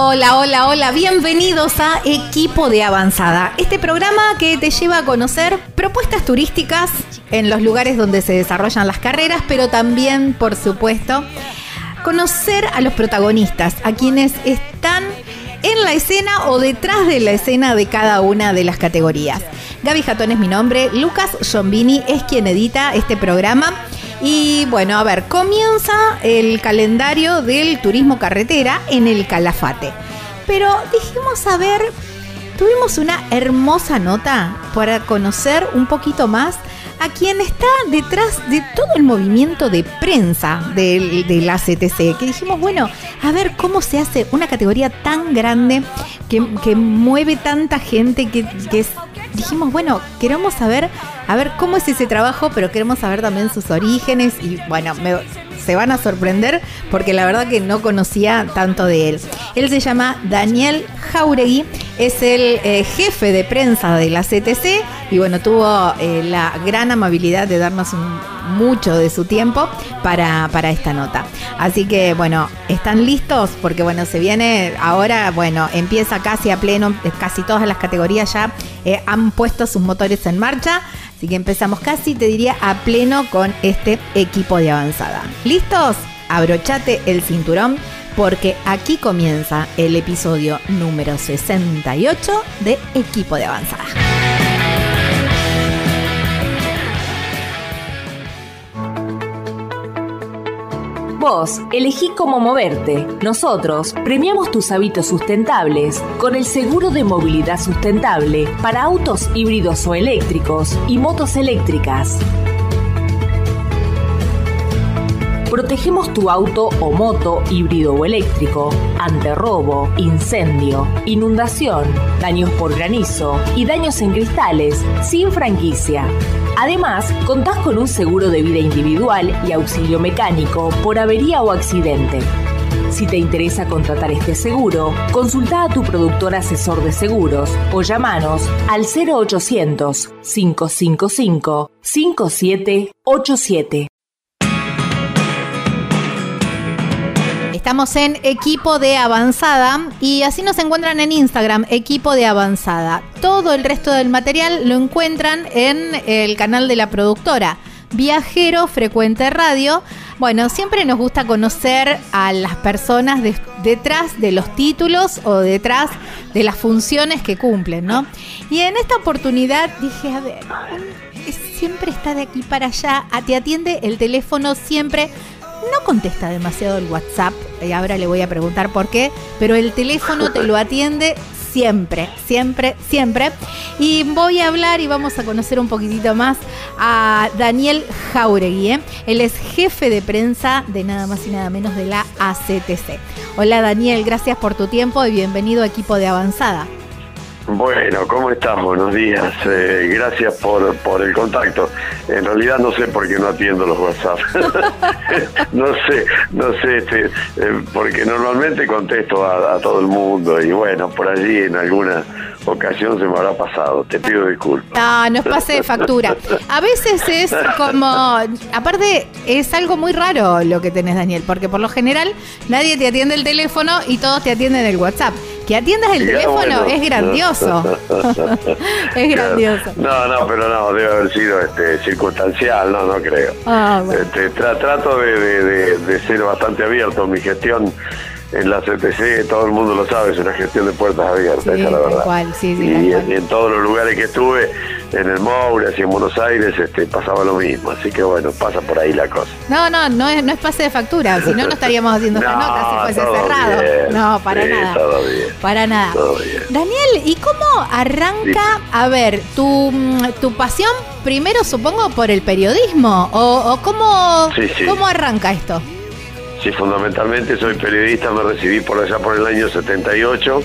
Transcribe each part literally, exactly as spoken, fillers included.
Hola, hola, hola, bienvenidos a Equipo de Avanzada, este programa que te lleva a conocer propuestas turísticas en los lugares donde se desarrollan las carreras, pero también, por supuesto, conocer a los protagonistas, a quienes están en la escena o detrás de la escena de cada una de las categorías. Gaby Jatón es mi nombre, Lucas Giombini es quien edita este programa. Y bueno, a ver, comienza el calendario del turismo carretera en el Calafate. Pero dijimos, a ver, tuvimos una hermosa nota para conocer un poquito más a quien está detrás de todo el movimiento de prensa del, del A C T C. Que dijimos, bueno, a ver cómo se hace una categoría tan grande que, que mueve tanta gente, que, que es... Dijimos, bueno, queremos saber, a ver cómo es ese trabajo, pero queremos saber también sus orígenes y bueno, me, se van a sorprender porque la verdad que no conocía tanto de él. Él se llama Daniel Jáuregui, es el eh, jefe de prensa de la C T C y bueno, tuvo eh, la gran amabilidad de darnos un, mucho de su tiempo para, para esta nota. Así que bueno, ¿están listos? Porque bueno, se viene ahora, bueno, empieza casi a pleno, casi todas las categorías ya eh, han puesto sus motores en marcha, así que empezamos casi, te diría, a pleno con este equipo de avanzada. ¿Listos? Abrochate el cinturón porque aquí comienza el episodio número sesenta y ocho de Equipo de Avanzada. Vos elegí cómo moverte. Nosotros premiamos tus hábitos sustentables con el seguro de movilidad sustentable para autos híbridos o eléctricos y motos eléctricas. Protegemos tu auto o moto híbrido o eléctrico ante robo, incendio, inundación, daños por granizo y daños en cristales sin franquicia. Además, contás con un seguro de vida individual y auxilio mecánico por avería o accidente. Si te interesa contratar este seguro, consultá a tu productor asesor de seguros o llamanos al cero ochocientos, cinco cinco cinco, cinco siete ocho siete. Estamos en Equipo de Avanzada y así nos encuentran en Instagram, Equipo de Avanzada. Todo el resto del material lo encuentran en el canal de la productora, Viajero Frecuente Radio. Bueno, siempre nos gusta conocer a las personas de, detrás de los títulos o detrás de las funciones que cumplen, ¿no? Y en esta oportunidad dije, a ver, siempre está de aquí para allá, te atiende el teléfono siempre. No contesta demasiado el WhatsApp, y ahora le voy a preguntar por qué, pero el teléfono te lo atiende siempre, siempre, siempre. Y voy a hablar y vamos a conocer un poquitito más a Daniel Jáuregui, ¿eh? Él es jefe de prensa de nada más y nada menos de la A C T C. Hola Daniel, gracias por tu tiempo y bienvenido a Equipo de Avanzada. Bueno, ¿cómo estás? Buenos días. Eh, gracias por, por el contacto. En realidad no sé por qué no atiendo los WhatsApp. no sé, no sé, este, eh, porque normalmente contesto a, a todo el mundo y bueno, por allí en alguna ocasión se me habrá pasado. Te pido disculpas. No, nos pase de factura. A veces es como... Aparte, es algo muy raro lo que tenés, Daniel, porque por lo general nadie te atiende el teléfono y todos te atienden el WhatsApp. Que atiendas el ya, teléfono bueno, es grandioso. Es grandioso. No, no, pero no, debe haber sido este, circunstancial, no, no creo. Ah, bueno. este, tra- trato de, de, de, de ser bastante abierto. Mi gestión en la C T C, todo el mundo lo sabe, es una gestión de puertas abiertas, sí, esa es la verdad. Cual, sí, sí, y en, en todos los lugares que estuve, en el Moura y en Buenos Aires, este, pasaba lo mismo, así que bueno, pasa por ahí la cosa. No, no, no es, no es pase de factura, si no, no estaríamos haciendo esta no, nota si fuese cerrado. Bien, no, para sí, nada. Todo bien. Para nada. Todo bien. Daniel, ¿y cómo arranca, sí. a ver, tu, tu pasión, primero supongo por el periodismo, o, o cómo, sí, sí. cómo arranca esto? Sí, fundamentalmente soy periodista, me recibí por allá por el año setenta y ocho,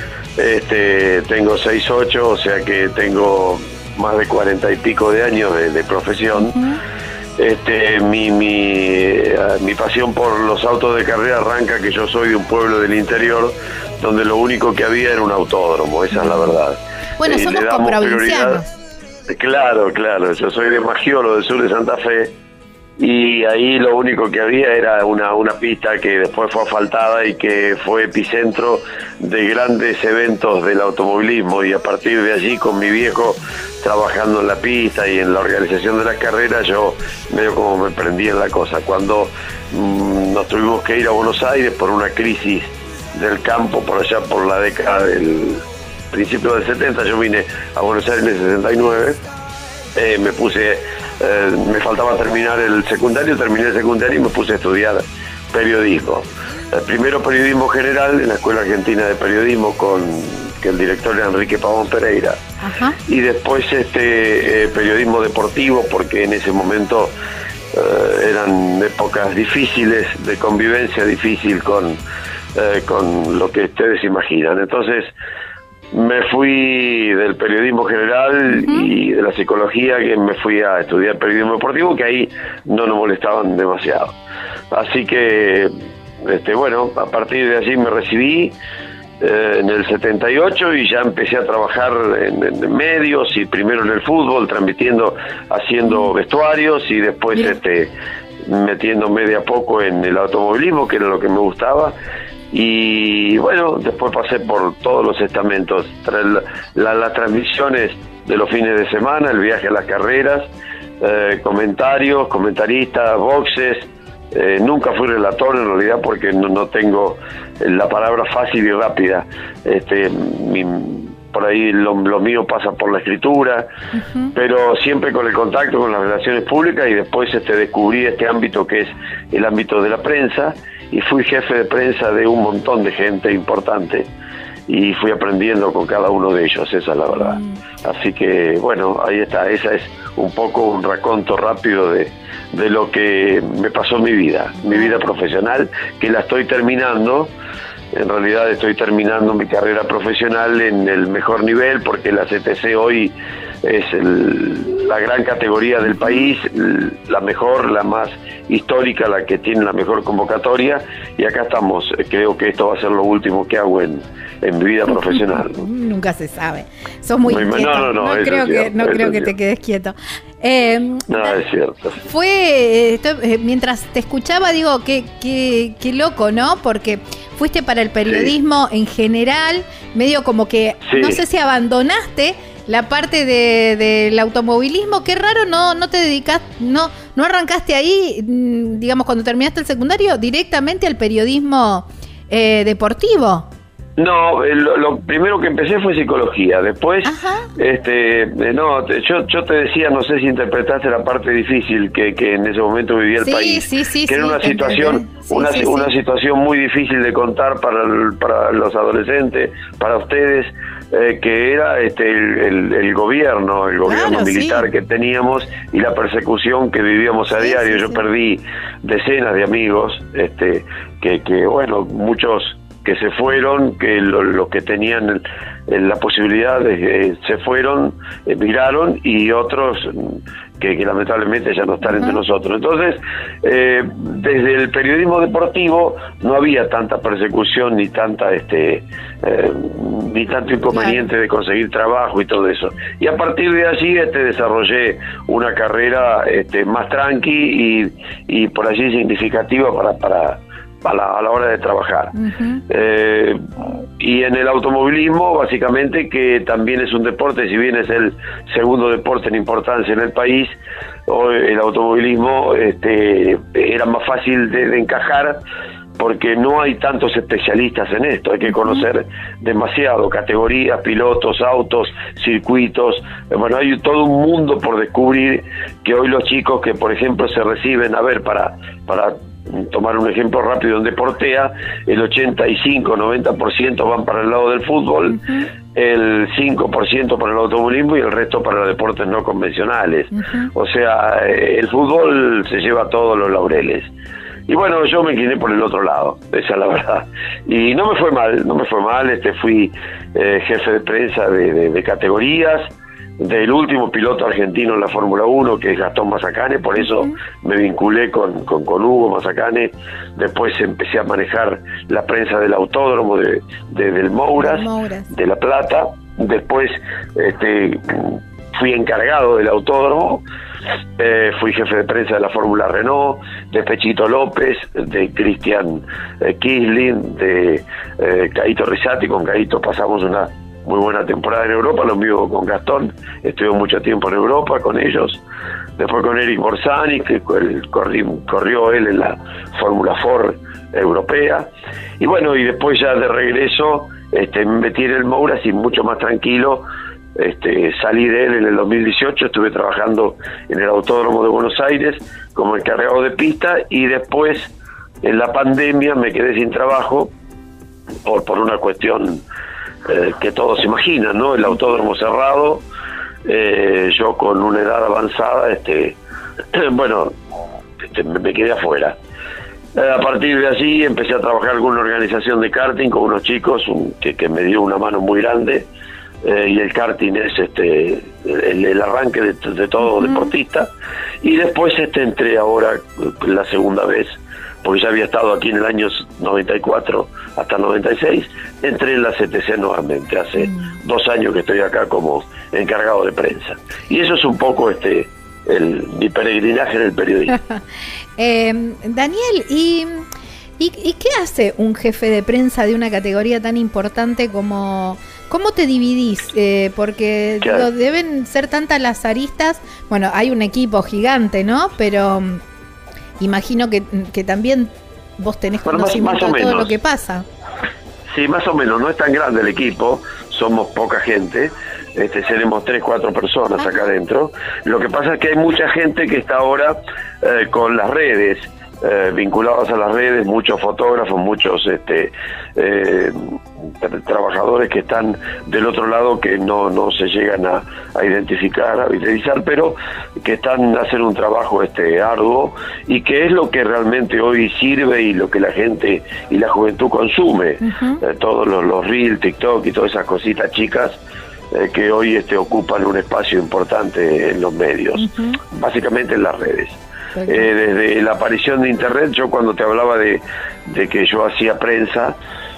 este, tengo seis ocho, o sea que tengo más de cuarenta y pico de años de, de profesión. Uh-huh. Este, mi, mi, mi pasión por los autos de carrera arranca que yo soy de un pueblo del interior donde lo único que había era un autódromo, esa uh-huh. es la verdad. Bueno, eh, somos coprovincianos. Claro, claro, yo soy de Magiolo, del sur de Santa Fe. y ahí lo único que había era una, una pista que después fue asfaltada y que fue epicentro de grandes eventos del automovilismo, y a partir de allí, con mi viejo trabajando en la pista y en la organización de las carreras, yo medio como me prendí en la cosa. Cuando mmm, nos tuvimos que ir a Buenos Aires por una crisis del campo, por allá por la década del principio del setenta, yo vine a Buenos Aires en el sesenta y nueve, eh, me puse, eh, me faltaba terminar el secundario, terminé el secundario y me puse a estudiar periodismo. Eh, primero periodismo general en la Escuela Argentina de Periodismo, con que el director era Enrique Pavón Pereira. Ajá. Y después este eh, periodismo deportivo, porque en ese momento eh, eran épocas difíciles de convivencia, difícil con, eh, con lo que ustedes imaginan. Entonces me fui del periodismo general uh-huh. y de la psicología, que me fui a estudiar periodismo deportivo, que ahí no nos molestaban demasiado. Así que, este, bueno, a partir de allí me recibí eh, en el setenta y ocho y ya empecé a trabajar en, en medios, y primero en el fútbol, transmitiendo, haciendo vestuarios, y después este, metiéndome de a poco en el automovilismo, que era lo que me gustaba. Y bueno, después pasé por todos los estamentos, la, la, las transmisiones de los fines de semana, el viaje a las carreras, eh, comentarios, comentaristas, boxes. Eh, nunca fui relator en realidad, porque no, no tengo la palabra fácil y rápida. Este, mi, por ahí lo, lo mío pasa por la escritura, uh-huh. pero siempre con el contacto con las relaciones públicas, y después este, descubrí este ámbito que es el ámbito de la prensa, y fui jefe de prensa de un montón de gente importante, y fui aprendiendo con cada uno de ellos, esa es la verdad. Mm. Así que bueno, ahí está, esa es un poco un raconto rápido de, de lo que me pasó en mi vida, mi vida profesional, que la estoy terminando. En realidad estoy terminando mi carrera profesional en el mejor nivel, porque la C T C hoy es el, la gran categoría del país, la mejor, la más histórica, la que tiene la mejor convocatoria, y acá estamos. Creo que esto va a ser lo último que hago en, en mi vida profesional. Nunca se sabe. Sos muy, muy inquieto. No, no, no, no creo que, cierto, no creo que te quedes quieto. Eh, no, es cierto. Fue, esto, eh, mientras te escuchaba, digo, qué, qué, qué loco, ¿no? Porque fuiste para el periodismo sí. en general, medio como que, sí. no sé si abandonaste la parte de, del automovilismo. Qué raro, no no te dedicas, no no arrancaste ahí, digamos, cuando terminaste el secundario, directamente al periodismo eh, deportivo. No, lo, lo primero que empecé fue psicología. Después, Ajá. este, no, te, yo, yo te decía, no sé si interpretaste la parte difícil que, que en ese momento vivía el sí, país, sí, sí, que sí, era una situación, sí, una, sí, una sí. situación muy difícil de contar para el, para los adolescentes, para ustedes, eh, que era este el, el, el gobierno, el gobierno claro, militar sí. que teníamos, y la persecución que vivíamos a sí, diario. Sí, yo sí. perdí decenas de amigos, este, que, que bueno, muchos que se fueron, que los lo que tenían el, el, la posibilidad de, eh, se fueron, emigraron, y otros que, que lamentablemente ya no están uh-huh. entre nosotros. Entonces, eh, desde el periodismo deportivo no había tanta persecución, ni tanta este eh, ni tanto inconveniente claro. de conseguir trabajo y todo eso. Y a partir de allí este, desarrollé una carrera este, más tranqui y, y por allí significativa para... para A la, a la hora de trabajar. Uh-huh. Eh, y en el automovilismo, básicamente, que también es un deporte, si bien es el segundo deporte en importancia en el país, el automovilismo este, era más fácil de, de encajar, porque no hay tantos especialistas en esto, hay que conocer demasiado, categorías, pilotos, autos, circuitos, bueno, hay todo un mundo por descubrir, que hoy los chicos que, por ejemplo, se reciben, a ver, para... para tomar un ejemplo rápido en Deportea, el ochenta y cinco, noventa por ciento van para el lado del fútbol, uh-huh. el cinco por ciento para el automovilismo y el resto para los deportes no convencionales. Uh-huh. O sea, el fútbol se lleva todos los laureles. Y bueno, yo me incliné por el otro lado, esa es la verdad. Y no me fue mal, no me fue mal, este fui eh, jefe de prensa de, de, de categorías, del último piloto argentino en la Fórmula uno, que es Gastón Mazacane, por eso uh-huh. me vinculé con, con, con Hugo Mazacane. Después empecé a manejar la prensa del autódromo de, de del Mouras, Mouras, de La Plata. Después este fui encargado del autódromo, eh, fui jefe de prensa de la Fórmula Renault, de Pechito López, de Cristian eh, Kisling, de eh, Caito Rizzati. Con Caito pasamos una muy buena temporada en Europa, lo mismo con Gastón, estuve mucho tiempo en Europa con ellos. Después con Eric Borsani, que corrió, corrió él en la Fórmula Ford europea. Y bueno, y después ya de regreso este, me metí en el Moura, así mucho más tranquilo. Este, salí de él en el dos mil dieciocho, estuve trabajando en el Autódromo de Buenos Aires como encargado de pista, y después en la pandemia me quedé sin trabajo por, por una cuestión eh, que todos se imaginan, ¿no? El autódromo cerrado, eh, yo con una edad avanzada, este, bueno, este, me quedé afuera. Eh, a partir de allí empecé a trabajar con una organización de karting, con unos chicos un, que, que me dio una mano muy grande. Eh, y el karting es este el, el arranque de, de todo uh-huh. deportista. Y después este entré ahora la segunda vez, porque ya había estado aquí en el año noventa y cuatro hasta noventa y seis, entré en la C T C nuevamente, hace uh-huh. dos años que estoy acá como encargado de prensa. Y eso es un poco este el, mi peregrinaje en el periodismo. eh, Daniel, y... ¿Y, ¿Y qué hace un jefe de prensa de una categoría tan importante como... ¿Cómo te dividís? Eh, porque digo, deben ser tantas las aristas. Bueno, hay un equipo gigante, ¿no? Pero um, imagino que, que también vos tenés bueno, conocimiento más, más de todo menos. Lo que pasa. Sí, más o menos. No es tan grande el equipo. Somos poca gente. Este, seremos tres, cuatro personas ah. acá adentro. Lo que pasa es que hay mucha gente que está ahora eh, con las redes. Eh, vinculados a las redes, muchos fotógrafos, muchos este, eh, tra- trabajadores que están del otro lado que no, no se llegan a, a identificar, a visualizar, pero que están haciendo un trabajo este arduo, y que es lo que realmente hoy sirve y lo que la gente y la juventud consume. Uh-huh. eh, todos los, los reels, TikTok y todas esas cositas chicas eh, que hoy este, ocupan un espacio importante en los medios, uh-huh. básicamente en las redes. Eh, desde la aparición de internet, yo cuando te hablaba de, de que yo hacía prensa,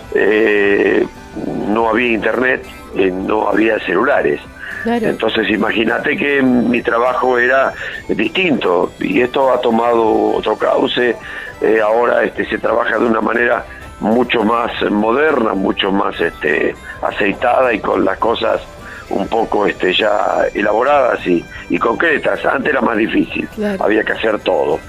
eh, no había internet, eh, no había celulares. Claro. Entonces imagínate que mi trabajo era distinto, y esto ha tomado otro cauce. Eh, ahora este, se trabaja de una manera mucho más moderna, mucho más este, aceitada y con las cosas un poco este ya elaboradas y, y concretas. Antes era más difícil, claro. Había que hacer todo.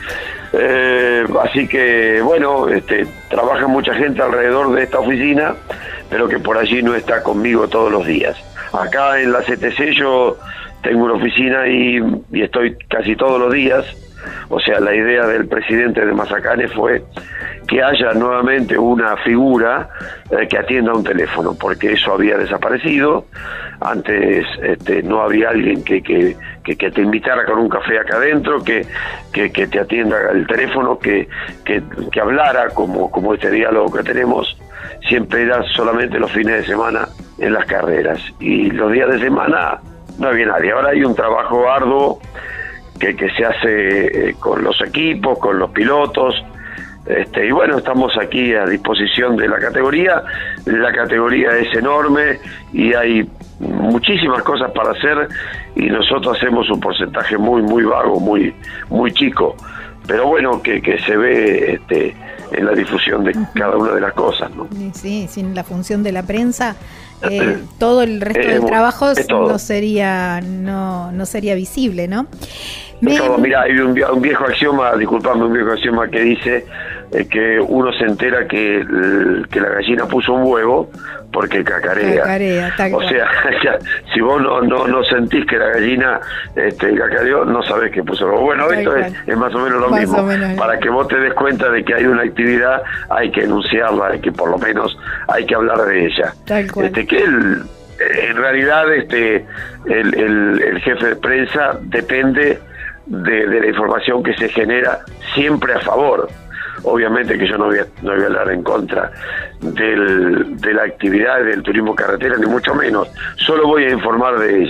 Eh, así que bueno, este, trabaja mucha gente alrededor de esta oficina, pero que por allí no está conmigo todos los días. Acá en la C T C yo tengo una oficina y, y estoy casi todos los días. O sea, la idea del presidente de Mazacanes fue que haya nuevamente una figura eh, que atienda un teléfono, porque eso había desaparecido. Antes este, no había alguien que, que, que, que te invitara con un café acá adentro, que, que, que te atienda el teléfono, que, que, que hablara como, como este diálogo que tenemos. Siempre era solamente los fines de semana en las carreras, y los días de semana no había nadie. Ahora hay un trabajo arduo que, que se hace eh, con los equipos, con los pilotos, este, y bueno, estamos aquí a disposición de la categoría. La categoría es enorme y hay muchísimas cosas para hacer, y nosotros hacemos un porcentaje muy muy vago, muy muy chico, pero bueno, que, que se ve este, en la difusión de cada una de las cosas, ¿no? Sí, sin la función de la prensa, eh, todo el resto eh, del trabajo no sería no no sería visible, ¿no? Me... Todo, mira, hay un, un viejo axioma, disculpame, un viejo axioma que dice eh, que uno se entera que, que la gallina puso un huevo porque cacarea. Cacarea, o sea, ya, si vos no, no no sentís que la gallina este, cacareó, no sabés que puso el huevo. Bueno, esto es, es más o menos lo más mismo. Menos, Para que vos te des cuenta de que hay una actividad, hay que enunciarla, hay que por lo menos hay que hablar de ella. Tal cual. Este, que el, en realidad este el, el, el jefe de prensa depende De, de la información que se genera siempre a favor. Obviamente que yo no voy a, no voy a hablar en contra del, de la actividad del turismo carretera, ni mucho menos. Solo voy a informar de ella.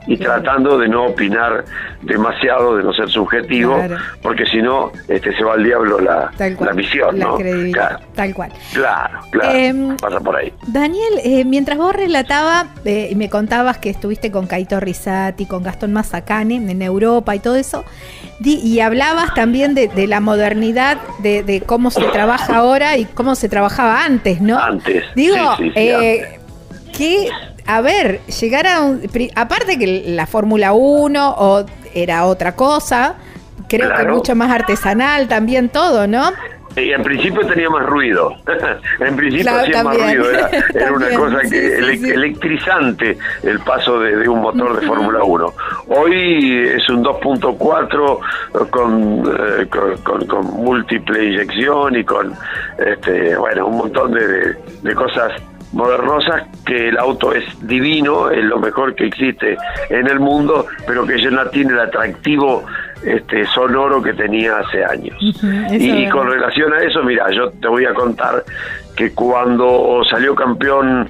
y claro. tratando de no opinar demasiado, de no ser subjetivo, claro. porque si no este, se va al diablo la, la misión, la ¿no? Credibilidad, claro. tal cual. Claro, claro, eh, pasa por ahí. Daniel, eh, mientras vos relataba eh, y me contabas que estuviste con Caito Rizzati, con Gastón Mazzacane en Europa y todo eso, di, y hablabas también de, de la modernidad, de, de cómo se trabaja ahora y cómo se trabajaba antes, ¿no? Antes. Digo, sí, sí, sí, eh, antes. que, a ver, llegar a un... Aparte que la Fórmula uno o era otra cosa, creo claro. que mucho más artesanal también todo, ¿no? Y en principio tenía más ruido. En principio claro, hacía más ruido. Era, era una cosa que sí, ele sí, sí. electrizante el paso de, de un motor de Fórmula uno. Hoy es un dos punto cuatro con, eh, con, con, con múltiple inyección y con este, bueno, un montón de, de, de cosas modernosas, que el auto es divino, es lo mejor que existe en el mundo, pero que ya no tiene el atractivo este sonoro que tenía hace años. Uh-huh, y, y con relación a eso, mira, yo te voy a contar que cuando salió campeón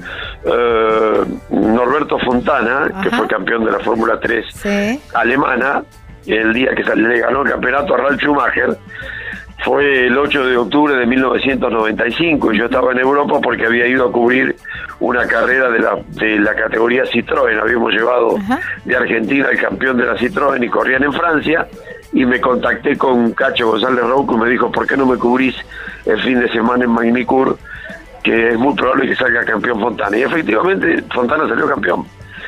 eh, Norberto Fontana, uh-huh. que fue campeón de la Fórmula tres sí. alemana, el día que le ganó el campeonato a Ralf Schumacher, fue el ocho de octubre de mil novecientos noventa y cinco, y yo estaba en Europa porque había ido a cubrir una carrera de la de la categoría Citroën. Habíamos llevado uh-huh. de Argentina el campeón de la Citroën y corrían en Francia, y me contacté con Cacho González Rouco y me dijo, ¿por qué no me cubrís el fin de semana en Magny-Cours, que es muy probable que salga campeón Fontana? Y efectivamente Fontana salió campeón.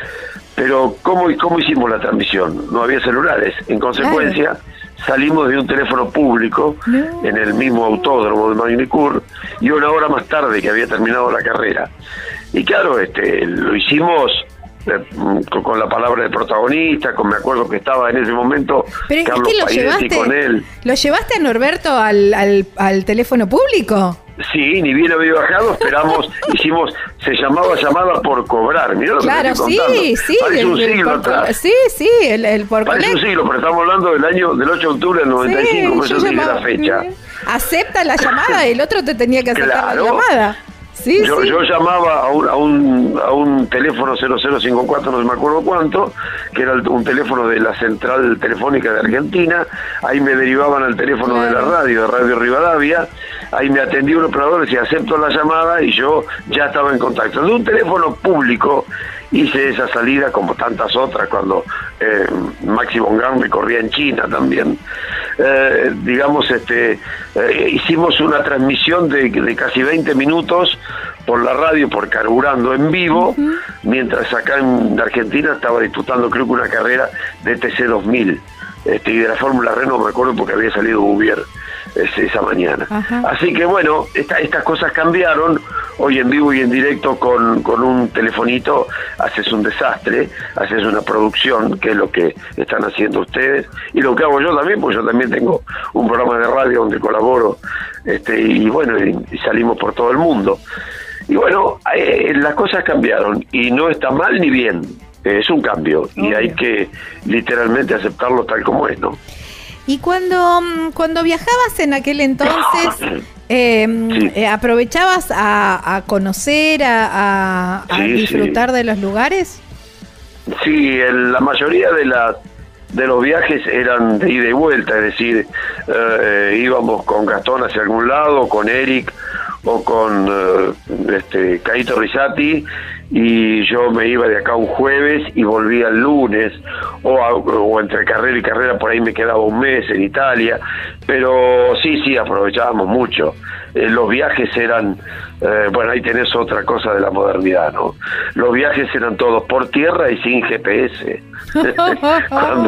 Pero ¿cómo, cómo hicimos la transmisión? No había celulares. En consecuencia, claro. salimos de un teléfono público no. en el mismo autódromo de Magny-Cours, y una hora más tarde que había terminado la carrera. Y claro, este lo hicimos eh, con, con la palabra del protagonista, con me acuerdo que estaba en ese momento Pero Carlos es que lo Paidetti llevaste, con él. ¿Lo llevaste a Norberto al, al, al teléfono público? Sí, ni bien había bajado, esperamos, hicimos, se llamaba llamada por cobrar. Mirá lo que claro, estoy sí, contando. sí. Parece el, un el siglo por, atrás. Sí, sí, el, el por Parece collect. un siglo, pero estamos hablando del año del ocho de octubre del noventa y cinco, por eso sigue la fecha. Acepta la llamada, el otro te tenía que aceptar claro. la llamada. Sí, yo, sí. yo llamaba a un, a un a un teléfono cero cero cinco cuatro, no me acuerdo cuánto, que era el, un teléfono de la central telefónica de Argentina. Ahí me derivaban al teléfono claro. de la radio, de Radio Rivadavia. Ahí me atendía un operador, decía acepto la llamada, y yo ya estaba en contacto. De un teléfono público hice esa salida, como tantas otras, cuando eh, Maxi von Gamm corría en China también. Eh, digamos, este eh, hicimos una transmisión de, de casi veinte minutos por la radio, por Carburando en vivo, uh-huh. mientras acá en Argentina estaba disputando, creo que una carrera de T C dos mil, este, y de la Fórmula Renault me acuerdo porque había salido Bouvier ese, esa mañana. Uh-huh. Así que bueno, esta, estas cosas cambiaron. Hoy en vivo y en directo con, con un telefonito haces un desastre, haces una producción, que es lo que están haciendo ustedes, y lo que hago yo también, porque yo también tengo un programa de radio donde colaboro, este, y bueno, y, y salimos por todo el mundo. Y bueno, eh, las cosas cambiaron, y no está mal ni bien, eh, es un cambio, y okay. hay que literalmente aceptarlo tal como es, ¿no? Y cuando, cuando viajabas en aquel entonces, eh, sí. eh, ¿aprovechabas a, a conocer, a, a, a sí, disfrutar sí. de los lugares? Sí, el, la mayoría de las de los viajes eran de ida y vuelta, es decir, eh, íbamos con Gastón hacia algún lado, con Eric o con eh, este Caito Rizzati, y yo me iba de acá un jueves y volvía el lunes, o, a, o entre carrera y carrera por ahí me quedaba un mes en Italia, pero sí, sí, aprovechábamos mucho. Eh, los viajes eran, eh, bueno, ahí tenés otra cosa de la modernidad, ¿no? Los viajes eran todos por tierra y sin G P S. Cuando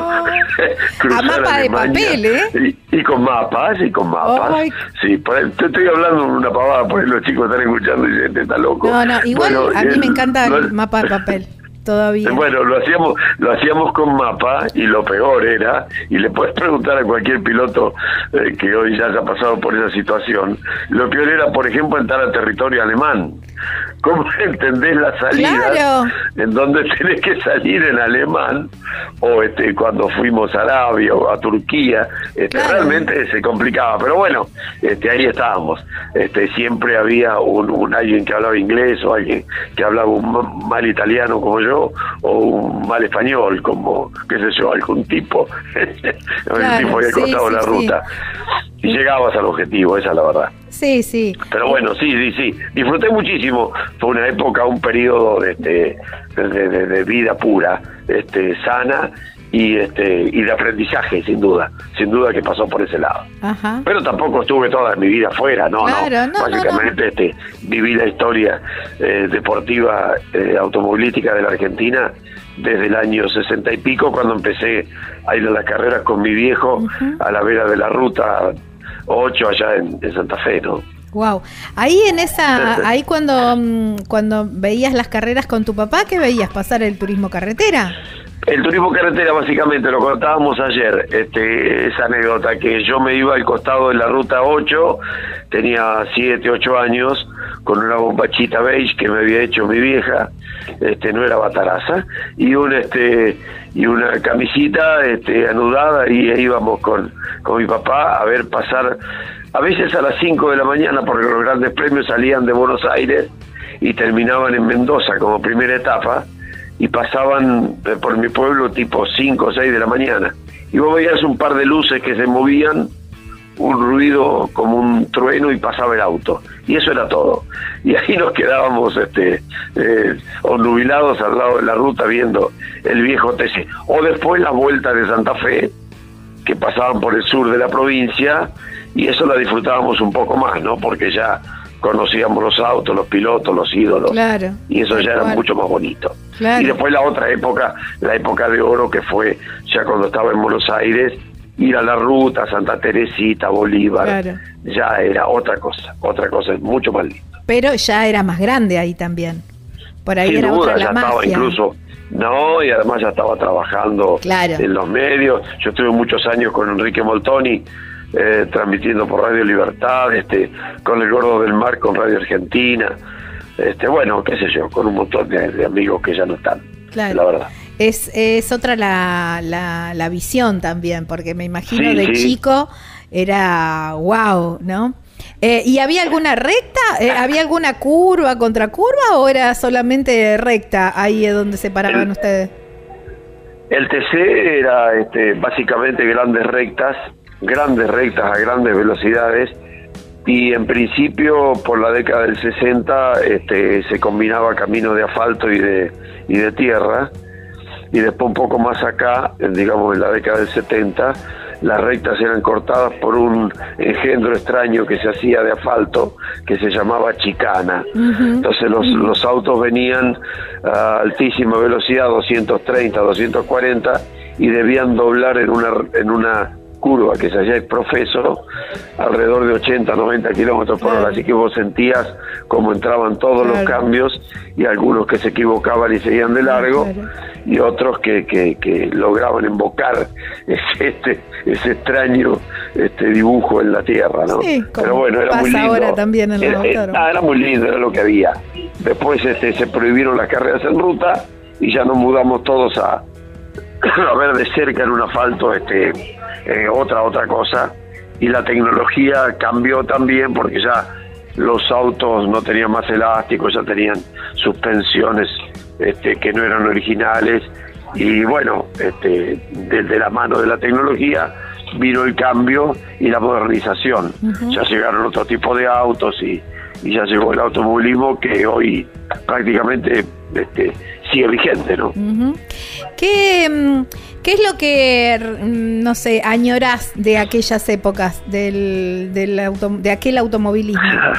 a mapa de papel, ¿eh? Y, y con mapas, y con mapas. Ay. Sí, te estoy hablando de una pavada, por ahí los chicos están escuchando y dicen, este está loco. No, no, igual bueno, a mí el, me encanta no, el mapa de papel. Todavía. Bueno, lo hacíamos lo hacíamos con mapa, y lo peor era, y le puedes preguntar a cualquier piloto eh, que hoy ya haya pasado por esa situación, lo peor era, por ejemplo, entrar al territorio alemán. ¿Cómo entendés las salidas? Claro. En donde tenés que salir en alemán, o este cuando fuimos a Arabia o a Turquía, este, claro. realmente se complicaba, pero bueno, este ahí estábamos. Este siempre había un, un alguien que hablaba inglés, o alguien que hablaba un mal italiano como yo, yo, o un mal español, como, qué sé yo, algún tipo, Claro, el tipo había sí, cortado sí, la sí. ruta. Y llegabas al objetivo, esa es la verdad. Sí, sí. Pero bueno, sí, sí, sí. Disfruté muchísimo. Fue una época, un periodo de, este, de, de, de vida pura, este, sana y este y de aprendizaje, sin duda. Sin duda que pasó por ese lado. Ajá. Pero tampoco estuve toda mi vida afuera, no, Claro, no. no, Básicamente no, no. Este, viví la historia eh, deportiva eh, automovilística de la Argentina desde el año sesenta y pico, cuando empecé a ir a las carreras con mi viejo Uh-huh. a la vera de la ruta ocho allá en, en Santa Fe, ¿no? Wow. Ahí en esa, ahí cuando, mm, cuando veías las carreras con tu papá, ¿qué veías? ¿Pasar el turismo carretera? El turismo carretera, básicamente, lo contábamos ayer, este, esa anécdota, que yo me iba al costado de la ruta ocho, tenía siete, ocho años, con una bombachita beige que me había hecho mi vieja, este, no era bataraza, y un este y una camisita este, anudada, y íbamos con, con mi papá a ver pasar, a veces a las cinco de la mañana, porque los grandes premios salían de Buenos Aires y terminaban en Mendoza como primera etapa, y pasaban eh, por mi pueblo tipo cinco o seis de la mañana, y vos veías un par de luces que se movían, un ruido como un trueno, y pasaba el auto, y eso era todo. Y ahí nos quedábamos este eh, obnubilados al lado de la ruta viendo el viejo T C. O después las vueltas de Santa Fe, que pasaban por el sur de la provincia, y eso la disfrutábamos un poco más, ¿no? Porque ya conocíamos los autos, los pilotos, los ídolos, Claro, y eso ya era cual. mucho más bonito. Claro. Y después la otra época, la época de oro, que fue ya cuando estaba en Buenos Aires, ir a la ruta, Santa Teresita, Bolívar, Claro. ya era otra cosa, otra cosa, mucho más lindo. Pero ya era más grande ahí también. Por ahí Sin era duda, otra ya la estaba magia. incluso, no, y además ya estaba trabajando Claro. en los medios. Yo estuve muchos años con Enrique Moltoni, eh, transmitiendo por Radio Libertad, este, con El Gordo del Mar, con Radio Argentina, este, bueno, qué sé yo, con un montón de, de amigos que ya no están, Claro. la verdad. Es, es otra la, la, la visión también, porque me imagino Sí, de sí. chico era wow, ¿no? Eh, ¿Y había alguna recta? Eh, ¿Había alguna curva, contracurva, o era solamente recta ahí es donde se paraban El- ustedes? El T C era este, básicamente grandes rectas, grandes rectas a grandes velocidades, y en principio por la década del sesenta este, se combinaba camino de asfalto y de, y de tierra, y después un poco más acá, digamos en la década del setenta, las rectas eran cortadas por un engendro extraño que se hacía de asfalto, que se llamaba chicana. Ujú. Entonces los, los autos venían a altísima velocidad, doscientos treinta, doscientos cuarenta, y debían doblar en una en una curva que se hacía el Profeso, alrededor de ochenta, noventa kilómetros por hora. Claro. Así que vos sentías cómo entraban todos Claro. los cambios, y algunos que se equivocaban y seguían de largo, Claro. y otros que, que, que lograban embocar ese, este, ese extraño este dibujo en la tierra, ¿no? Sí, como Pero bueno, era muy pasa lindo. ahora también en los Era- era- autódromos. era muy lindo, era lo que había. Después este, se prohibieron las carreras en ruta, y ya nos mudamos todos a, a ver de cerca en un asfalto este eh, otra otra cosa, y la tecnología cambió también, porque ya los autos no tenían más elásticos, ya tenían suspensiones este, que no eran originales, y bueno, este, desde la mano de la tecnología vino el cambio y la modernización. Ujú. Ya llegaron otro tipo de autos, y, y ya llegó el automovilismo, que hoy prácticamente este, sigue vigente, ¿no? Ujú. ¿Qué, mm, ¿Qué es lo que, mm, no sé, añorás de aquellas épocas del, del auto, de aquel automovilismo?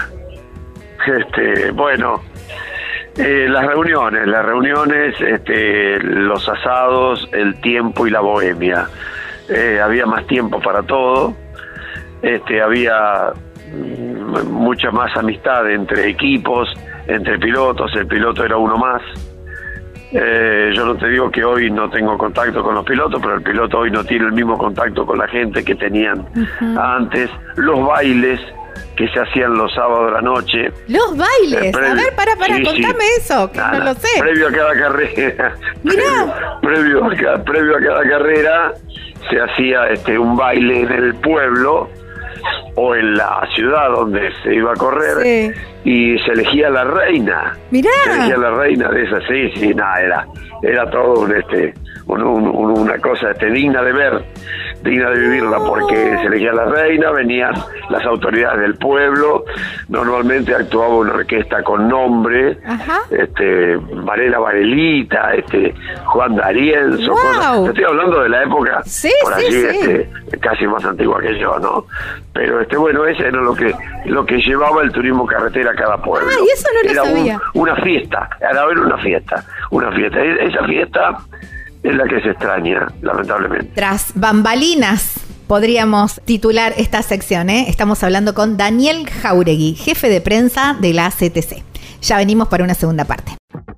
Este, bueno, eh, las reuniones, las reuniones, este, los asados, el tiempo y la bohemia. Eh, había más tiempo para todo, este, había mm, mucha más amistad entre equipos, entre pilotos. El piloto era uno más. Eh, yo no te digo que hoy no tengo contacto con los pilotos, pero el piloto hoy no tiene el mismo contacto con la gente que tenían Ujú. antes. Los bailes que se hacían los sábados de la noche. Los bailes, Eh, previo- a ver, para, para, sí, contame sí. eso, que Nada, no lo sé. Previo a cada carrera, Mirá. previo, a cada, previo a cada carrera se hacía este un baile en el pueblo, o en la ciudad donde se iba a correr, sí. y se elegía la reina. Mirá. Se elegía la reina de esa, sí, sí, nada, era, era todo un, este, un, un, una cosa este, digna de ver, digna de vivirla, porque se elegía la reina, venían las autoridades del pueblo, normalmente actuaba una orquesta con nombre, ajá. este Varela Varelita, este Juan D'Arienzo, wow. cosas. Estoy hablando de la época, sí, por sí, allí, sí. Este, casi más antigua que yo, ¿no? Pero este bueno, ese era lo que lo que llevaba el turismo carretera a cada pueblo. Ah, y eso no lo era sabía. Un, una fiesta, era una fiesta, una fiesta. Esa fiesta es la que se extraña, lamentablemente. Tras bambalinas, podríamos titular esta sección, ¿eh? Estamos hablando con Daniel Jáuregui, jefe de prensa de la C T C. Ya venimos para una segunda parte.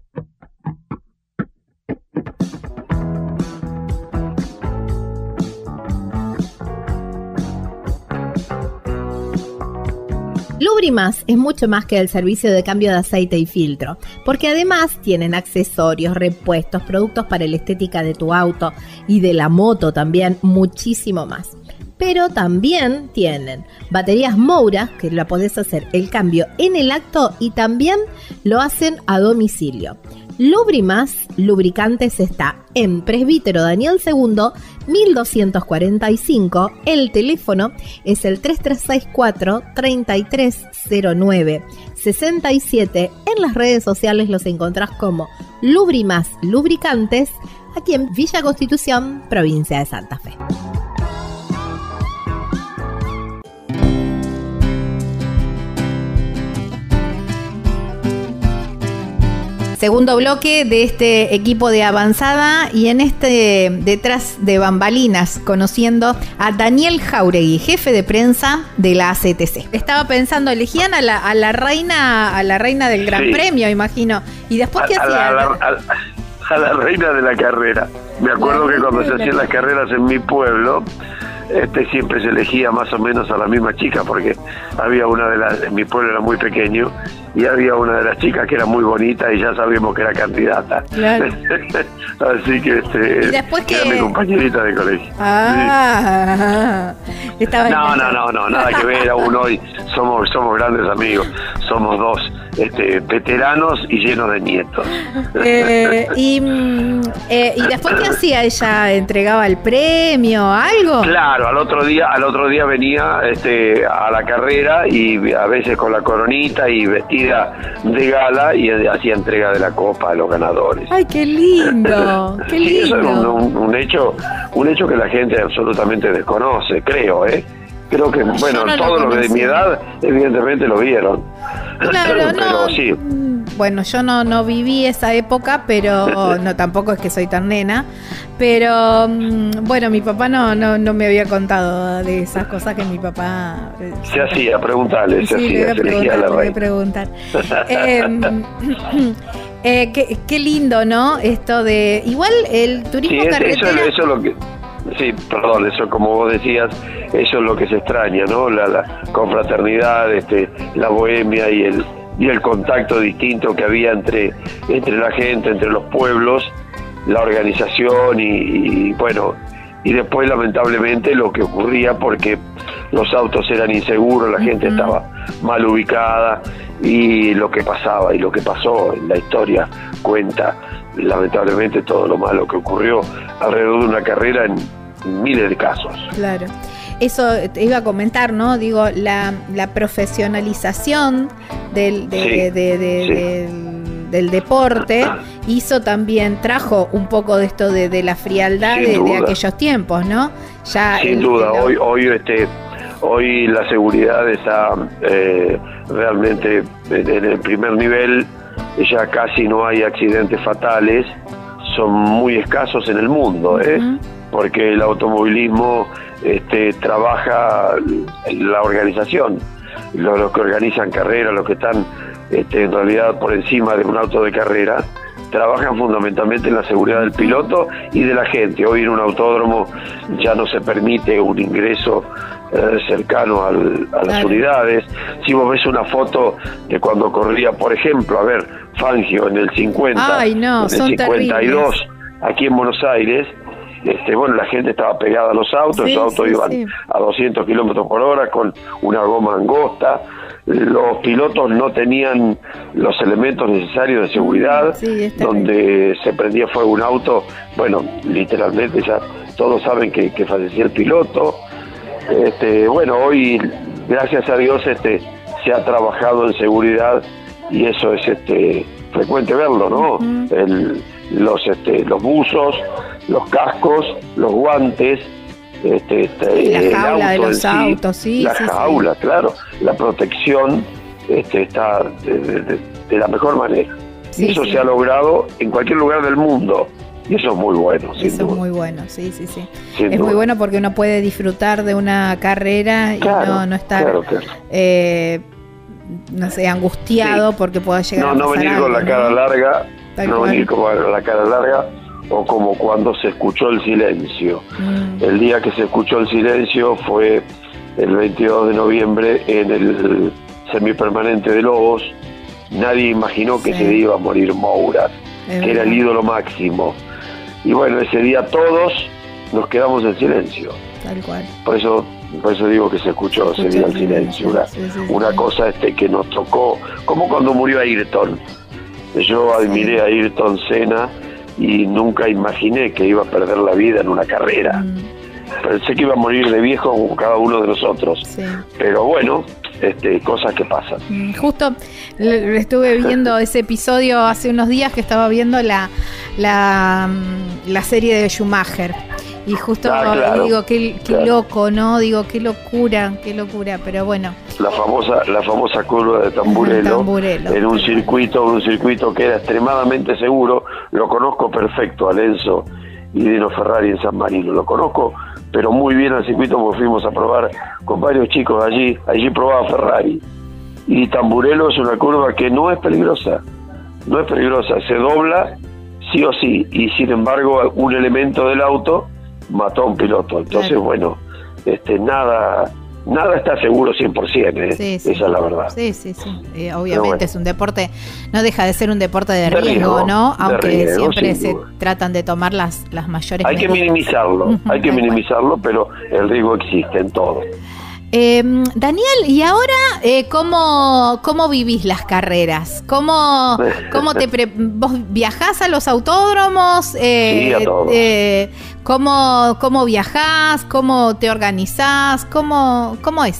Lubrimas es mucho más que el servicio de cambio de aceite y filtro, porque además tienen accesorios, repuestos, productos para la estética de tu auto y de la moto también, muchísimo más. Pero también tienen baterías Moura, que la podés hacer el cambio en el acto y también lo hacen a domicilio. Lubrimas Lubricantes está en Presbítero Daniel segundo, mil doscientos cuarenta y cinco. El teléfono es el tres tres seis cuatro, tres tres cero nueve, seis siete. En las redes sociales los encontrás como Lubrimas Lubricantes, aquí en Villa Constitución, provincia de Santa Fe. Segundo bloque de este equipo de avanzada y en este detrás de bambalinas conociendo a Daniel Jáuregui, jefe de prensa de la C T C. Estaba pensando, elegían a la, a la reina a la reina del Gran sí. Premio, imagino. ¿Y después a, qué hacían? A, a, a la reina de la carrera. Me acuerdo la que cuando se hacían las carreras en mi pueblo, este siempre se elegía más o menos a la misma chica, porque había una de las, en mi pueblo era muy pequeño, y había una de las chicas que era muy bonita y ya sabíamos que era candidata. Claro. Así que este, ¿y después que... era mi compañerita de colegio. Ah, sí. Estaba no, no, no, no, nada que ver, aún hoy somos, somos grandes amigos, somos dos este, veteranos y llenos de nietos. Eh, y, eh, ¿Y después qué hacía ella? ¿Entregaba el premio, algo? Claro, al otro día, al otro día venía este, a la carrera y a veces con la coronita y vestida de gala y hacía entrega de la copa a los ganadores. ¡Ay, qué lindo! ¡Qué lindo! Sí, eso es un, un, un hecho, un hecho que la gente absolutamente desconoce, creo, ¿eh? Creo que, bueno, no todos los de mi edad evidentemente lo vieron. Claro, pero no. sí. Bueno, yo no, no viví esa época, pero no, tampoco es que soy tan nena. Pero bueno, mi papá no, no, no me había contado de esas cosas que mi papá... Se hacía, preguntarle, se sí, hacía, se elegía la reina. preguntar. eh, eh, qué, qué lindo, ¿no? Esto de... Igual el turismo sí, carretera... Eso, eso es lo que... Sí, perdón, eso como vos decías, eso es lo que se extraña, ¿no? La, la confraternidad, este, la bohemia y el y el contacto distinto que había entre entre la gente, entre los pueblos, la organización y, y bueno, y después lamentablemente lo que ocurría porque los autos eran inseguros, la gente estaba mal ubicada y lo que pasaba y lo que pasó en la historia cuenta lamentablemente todo lo malo que ocurrió alrededor de una carrera en miles de casos. Claro. Eso te iba a comentar, ¿no? Digo, la, la profesionalización del, de, sí, de, de, de, sí. del, del deporte hizo también, trajo un poco de esto de, de la frialdad de, de aquellos tiempos, ¿no? Ya Sin el, duda, el, hoy hoy este hoy la seguridad está eh, realmente en el primer nivel, ya casi no hay accidentes fatales, son muy escasos en el mundo, ¿eh? Uh-huh. Porque el automovilismo este, trabaja la organización, los, los que organizan carreras, los que están este, en realidad por encima de un auto de carrera, trabajan fundamentalmente en la seguridad del piloto y de la gente. Hoy en un autódromo ya no se permite un ingreso eh, cercano al, a las claro. unidades. Si vos ves una foto de cuando corría, por ejemplo, a ver, Fangio en el cincuenta, Ay, no, en el son cincuenta y dos, terribles. Aquí en Buenos Aires, este, bueno, la gente estaba pegada a los autos, sí, los autos sí, iban sí. a doscientos kilómetros por hora con una goma angosta. Los pilotos no tenían los elementos necesarios de seguridad, sí, donde se prendía fuego un auto, bueno, literalmente ya todos saben que, que fallecía el piloto. Este, bueno, hoy, gracias a Dios, este, se ha trabajado en seguridad y eso es este frecuente verlo, ¿no? Uh-huh. El, los, este, los buzos, los cascos, los guantes, Este, este, la jaula de los sí, autos, sí, la sí, jaula, sí. claro, la protección este, está de, de, de la mejor manera. Sí, y eso sí. se ha logrado en cualquier lugar del mundo y eso es muy bueno. Sin eso duda. es muy bueno, sí, sí, sí. Sin es duda. muy bueno porque uno puede disfrutar de una carrera y claro, no, no estar, claro, claro. Eh, no sé, angustiado sí. porque pueda llegar no, a no pasar venir algo, con la ¿no? cara larga, Tal no cual. venir con la cara larga. O como cuando se escuchó el silencio. Mm. El día que se escuchó el silencio fue el veintidós de noviembre en el semipermanente de Lobos. Nadie imaginó que sí. se iba a morir Moura, es que verdad. Era el ídolo máximo. Y bueno, ese día todos nos quedamos en silencio. Tal cual. Por eso, por eso digo que se escuchó se ese día el silencio. Una, sí, sí, una sí. cosa este que nos tocó, como cuando murió Ayrton. Yo admiré sí. a Ayrton Senna y nunca imaginé que iba a perder la vida en una carrera. Mm. Pensé que iba a morir de viejo como cada uno de nosotros. Sí. Pero bueno, este, cosas que pasan. Mm, justo le, estuve viendo ese episodio hace unos días que estaba viendo la, la, la serie de Schumacher. Y justo ah, claro, digo, qué, qué claro. loco, ¿no? Digo, qué locura, qué locura, pero bueno. La famosa la famosa curva de Tamburello, Tamburello en un circuito, un circuito que era extremadamente seguro. Lo conozco perfecto a Lenzo y Dino Ferrari en San Marino. Lo conozco, pero muy bien al circuito porque fuimos a probar con varios chicos allí. Allí probaba Ferrari. Y Tamburello es una curva que no es peligrosa. No es peligrosa, se dobla sí o sí. Y sin embargo, un elemento del auto mató a un piloto. Entonces, claro. bueno, este nada nada está seguro cien por ciento, ¿eh? Sí, sí. Esa es la verdad. Sí, sí, sí. Eh, obviamente bueno. es un deporte, no deja de ser un deporte de, de riesgo, riesgo, ¿no? Aunque riesgo, siempre se duda. tratan de tomar las, las mayores Hay medidas. que minimizarlo, uh-huh, hay que minimizarlo, bueno. pero el riesgo existe en todo. Eh, Daniel, ¿y ahora eh, cómo, cómo vivís las carreras? ¿Cómo, cómo te pre- vos viajás a los autódromos? Eh, sí, a todos. Eh, ¿cómo, ¿Cómo viajás? ¿Cómo te organizás? ¿Cómo, cómo es?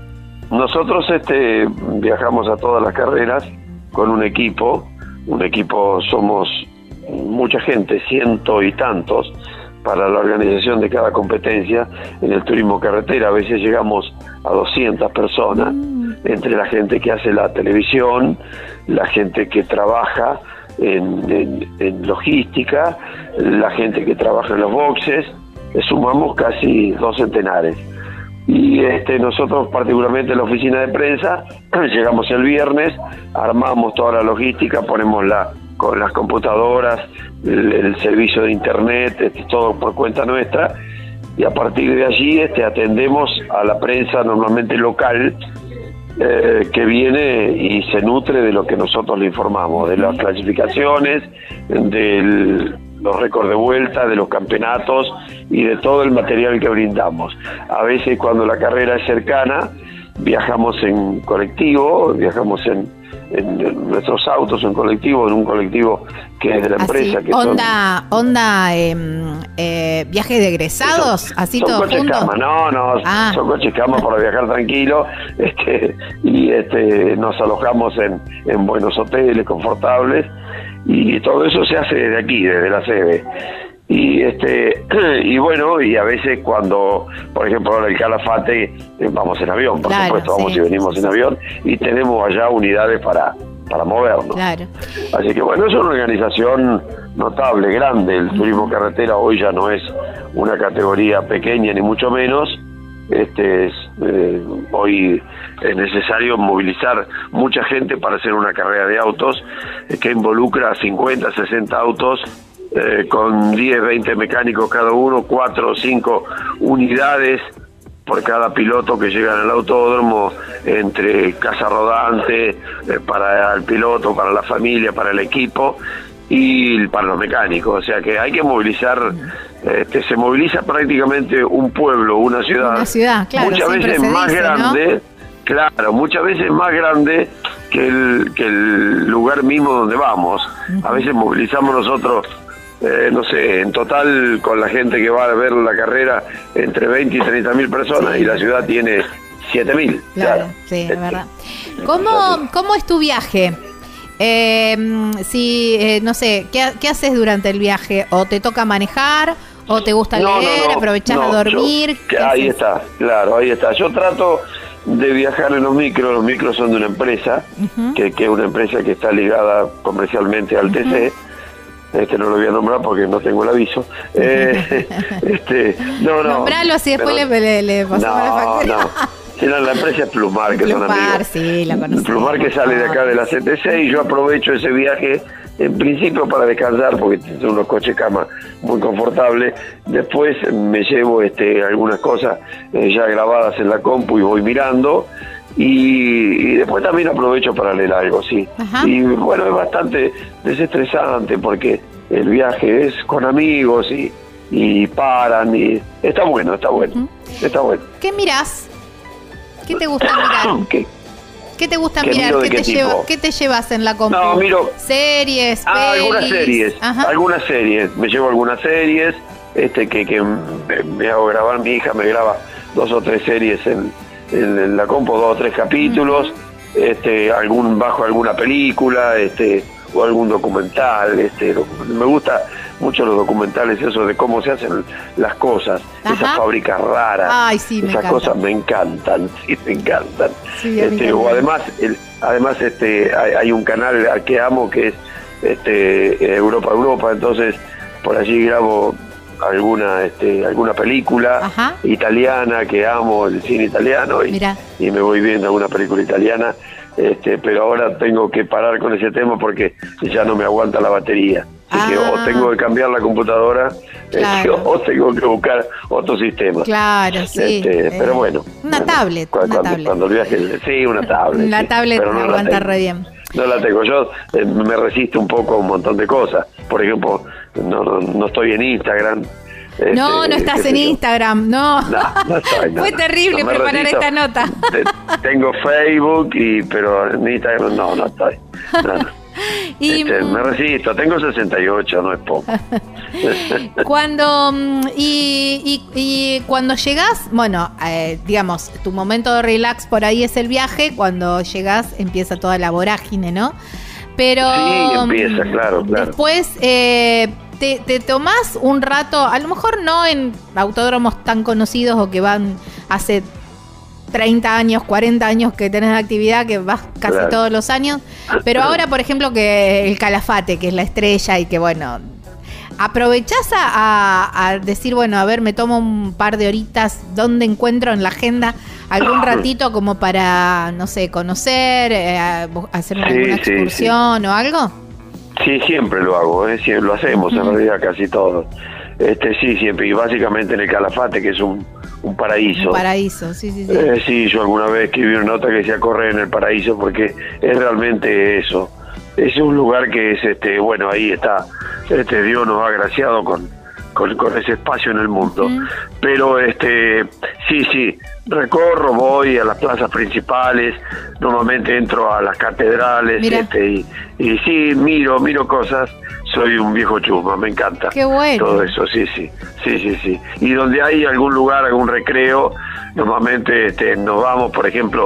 Nosotros este, viajamos a todas las carreras con un equipo. Un equipo, somos mucha gente, ciento y tantos, para la organización de cada competencia. En el turismo carretera a veces llegamos a doscientas personas, mm. entre la gente que hace la televisión, la gente que trabaja en, en, en logística, la gente que trabaja en los boxes, sumamos casi dos centenares. Y este, nosotros particularmente en la oficina de prensa, llegamos el viernes, armamos toda la logística, ponemos la con las computadoras, el, el servicio de internet, este, todo por cuenta nuestra, y a partir de allí este, atendemos a la prensa normalmente local, eh, que viene y se nutre de lo que nosotros le informamos, de las clasificaciones, de los récords de vuelta, de los campeonatos y de todo el material que brindamos. A veces cuando la carrera es cercana, viajamos en colectivo, viajamos en en nuestros autos, en colectivo, en un colectivo que es de la empresa. Así, que onda, son, onda eh, eh, viajes de egresados, son, así son todos coches juntos. Cama, no, no, ah. son coches cama para viajar tranquilo, este, y este, nos alojamos en, en buenos hoteles, confortables, y todo eso se hace desde aquí, desde la sede. Y este y bueno, y a veces cuando, por ejemplo, ahora el Calafate, vamos en avión, por claro, supuesto, vamos sí, y venimos sí, en avión, y tenemos allá unidades para, para movernos. Claro. Así que bueno, es una organización notable, grande. El turismo carretera hoy ya no es una categoría pequeña, ni mucho menos. Este es, eh, hoy es necesario movilizar mucha gente para hacer una carrera de autos eh, que involucra cincuenta, sesenta autos, Eh, con diez, veinte mecánicos cada uno, cuatro o cinco unidades por cada piloto que llega al autódromo, entre casa rodante, eh, para el piloto, para la familia, para el equipo y para los mecánicos. O sea que hay que movilizar este, se moviliza prácticamente un pueblo, una ciudad, una ciudad, claro, muchas veces más dice, grande, ¿no? Claro, muchas veces más grande que el, que el lugar mismo donde vamos. Uh-huh. A veces movilizamos nosotros, eh, no sé, en total con la gente que va a ver la carrera, entre veinte y treinta mil personas, sí. Y la ciudad tiene siete mil. Claro, claro, sí, es verdad. ¿Cómo, ¿Cómo es tu viaje? Eh, si, eh, no sé, ¿qué, ¿qué haces durante el viaje? ¿O te toca manejar? ¿O te gusta no, leer? No, no, ¿Aprovechás no, a dormir? Yo, ahí haces? Está, claro, ahí está. Yo trato de viajar en los micros. Los micros son de una empresa, uh-huh. que, que es una empresa que está ligada comercialmente al uh-huh. T C. Este no lo voy a nombrar porque no tengo el aviso. Eh, este, no, no. Nombralo así después pero, le, le, le pasamos no, la factura. No. Si no, la empresa es Plumar, que Plumar, son amigos. Sí, la conocemos. Plumar que sale de acá de la C T C y yo aprovecho ese viaje en principio para descansar porque son unos coches cama muy confortables. Después me llevo este algunas cosas eh, ya grabadas en la compu y voy mirando. Y, y después también aprovecho para leer algo, sí. Ajá. Y bueno, es bastante desestresante porque el viaje es con amigos y, y paran y está bueno, está bueno, uh-huh. está bueno. ¿Qué mirás? ¿Qué te gusta mirar? ¿Qué? ¿Qué te gusta ¿Qué mirar? ¿Qué, qué, te lleva, ¿Qué te llevas en la compu? No, miro... ¿Series? Ah, pelis? algunas series, Ajá. algunas series. Me llevo algunas series, este que, que me, me hago grabar, mi hija me graba dos o tres series en, en, en la compu, dos o tres capítulos, uh-huh. este algún bajo alguna película, este o algún documental, este me gusta mucho los documentales, eso de cómo se hacen las cosas, Ajá. esas fábricas raras. Ay, sí, esas encanta. cosas me encantan, sí, me encantan. Sí, este, o además, el, además este hay, hay un canal al que amo que es este Europa Europa, entonces por allí grabo alguna este alguna película Ajá. italiana que amo el cine italiano y, y me voy viendo alguna película italiana. Este, pero ahora tengo que parar con ese tema porque ya no me aguanta la batería. Así ah. que o tengo que cambiar la computadora claro. este, o tengo que buscar otro sistema. Claro, sí. Este, eh, pero bueno. Una bueno, tablet. Cuando, una tablet. cuando el viaje, sí, una tablet. La sí, tablet no me aguanta re bien. No la tengo. Yo eh, me resisto un poco a un montón de cosas. Por ejemplo, no, no, no estoy en Instagram. Este, no, no estás en Instagram, no. No, no estoy, no, Fue terrible no preparar resisto. esta nota. Tengo Facebook, y pero en Instagram no, no estoy. No, no. Y, este, me resisto, tengo sesenta y ocho, no es poco. Cuando y, y, y cuando llegás, bueno, eh, digamos, tu momento de relax por ahí es el viaje, cuando llegás empieza toda la vorágine, ¿no? Pero sí, empieza, claro, claro. Después eh, te, te tomás un rato, a lo mejor no en autódromos tan conocidos o que van hace treinta años, cuarenta años que tenés actividad, que vas casi claro. todos los años, pero ahora, por ejemplo, que el Calafate, que es la estrella y que, bueno, aprovechás a, a, a decir, bueno, a ver, me tomo un par de horitas, ¿dónde encuentro en la agenda algún ratito como para, no sé, conocer, eh, hacer sí, alguna excursión sí, sí. o algo? Sí, siempre lo hago, ¿eh? Siempre lo hacemos, uh-huh. en realidad casi todos. Este, sí, siempre, y básicamente en el Calafate, que es un un paraíso. Un paraíso, sí, sí, sí. Eh, sí, yo alguna vez escribí una nota que decía correr en el paraíso porque es realmente eso. Es un lugar que es, este, bueno, ahí está, este Dios nos ha agraciado con, con, con ese espacio en el mundo. Uh-huh. Pero, este, sí, sí, recorro, voy a las plazas principales, normalmente entro a las catedrales, este, y, y sí, miro, miro cosas. Soy un viejo chusma, me encanta. Qué bueno. Todo eso, sí, sí, sí, sí, sí. Y donde hay algún lugar, algún recreo, normalmente este, nos vamos, por ejemplo,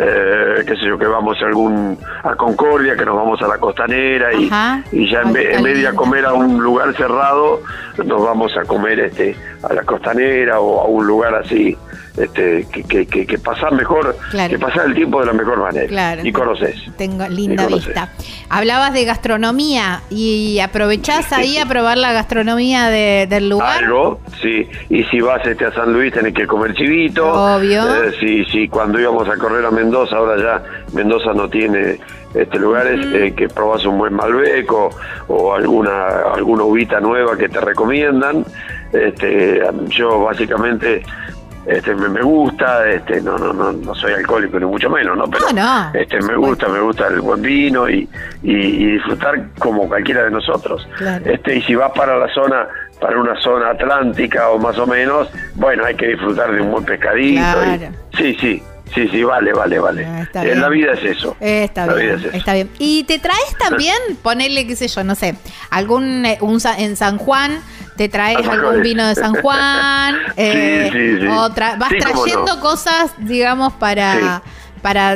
eh, qué sé yo, que vamos a algún a Concordia, que nos vamos a la Costanera y, y ya en, ve, en vez de ir a comer a un lugar cerrado, nos vamos a comer este a la Costanera o a un lugar así. Este, que, que, que, que pasar mejor, claro. que pasar el tiempo de la mejor manera. Claro. Y conoces. Tengo linda vista. Hablabas de gastronomía y aprovechás ahí a probar la gastronomía de, del lugar. Algo, sí. Y si vas este, a San Luis tenés que comer chivito. Obvio. Eh, sí, sí, cuando íbamos a correr a Mendoza, ahora ya Mendoza no tiene este lugares uh-huh. eh, que probás un buen Malbec o, o alguna, alguna uvita nueva que te recomiendan. Este, yo básicamente este me, me gusta, este no no no no soy alcohólico ni mucho menos, no, pero no, no. este me gusta, me gusta el buen vino y, y, y disfrutar como cualquiera de nosotros. Claro. Este y si vas para la zona para una zona atlántica o más o menos, bueno, hay que disfrutar de un buen pescadito. Claro. Y, sí, sí. Sí, sí, vale, vale, vale. Está en bien. la vida es eso. Está la bien, vida es eso. está bien. ¿Y te traes también, ponerle, qué sé yo, no sé, algún, eh, un, sa- en San Juan, te traes Alfajores. algún vino de San Juan? eh, Sí, sí, sí. O tra- vas Sí, cómo trayendo no. cosas, digamos, para... Sí. para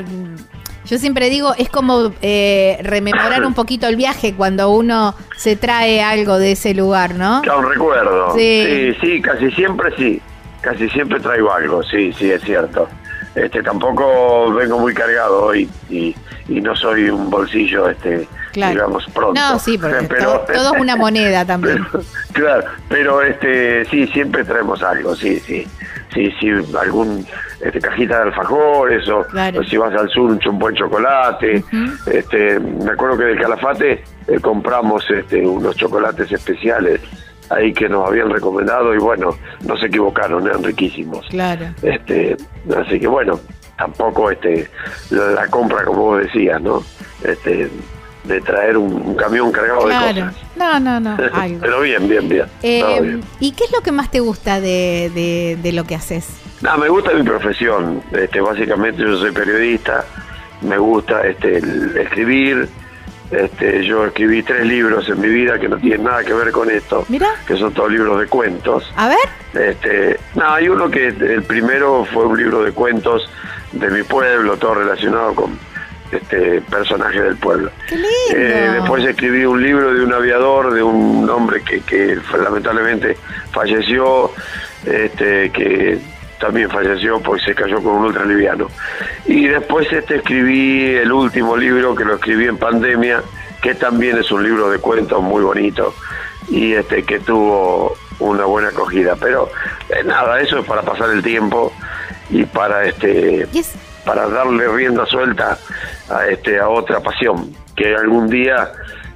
yo siempre digo, es como eh, rememorar un poquito el viaje cuando uno se trae algo de ese lugar, ¿no? Claro, un recuerdo. Sí. sí, sí, casi siempre sí. Casi siempre traigo algo, sí, sí, es cierto. Este, tampoco vengo muy cargado hoy y, y no soy un bolsillo, este, Claro. digamos, pronto. No, sí, porque Pero- todo, todo es una moneda también. Pero, claro, pero este, sí, siempre traemos algo, sí, sí. Sí, sí, algún este, cajita de alfajores o, Claro. o si vas al sur un buen chocolate. Ujú. Este, me acuerdo que del Calafate eh, compramos este, unos chocolates especiales ahí que nos habían recomendado y bueno, no se equivocaron, eran riquísimos. Claro. Este, así que bueno, tampoco este la, la compra como vos decías, ¿no? Este, de traer un, un camión cargado de Claro. cosas. No, no, no, algo. Pero bien, bien, bien. Eh, Todo bien. ¿Y qué es lo que más te gusta de, de, de lo que haces? No, me gusta mi profesión. Este, básicamente yo soy periodista. Me gusta este, el- escribir. Este, yo escribí tres libros en mi vida que no tienen nada que ver con esto. Mira. Que son todos libros de cuentos. A ver. Este, no, hay uno que el primero fue un libro de cuentos de mi pueblo, todo relacionado con este personajes del pueblo. Qué lindo. Eh, después escribí un libro de un aviador, de un hombre que, que lamentablemente falleció, este, que también falleció porque se cayó con un ultraliviano. Y después este escribí el último libro, que lo escribí en pandemia, que también es un libro de cuentos muy bonito y este que tuvo una buena acogida. Pero eh, nada, eso es para pasar el tiempo y para este Y es- para darle rienda suelta a este a otra pasión que algún día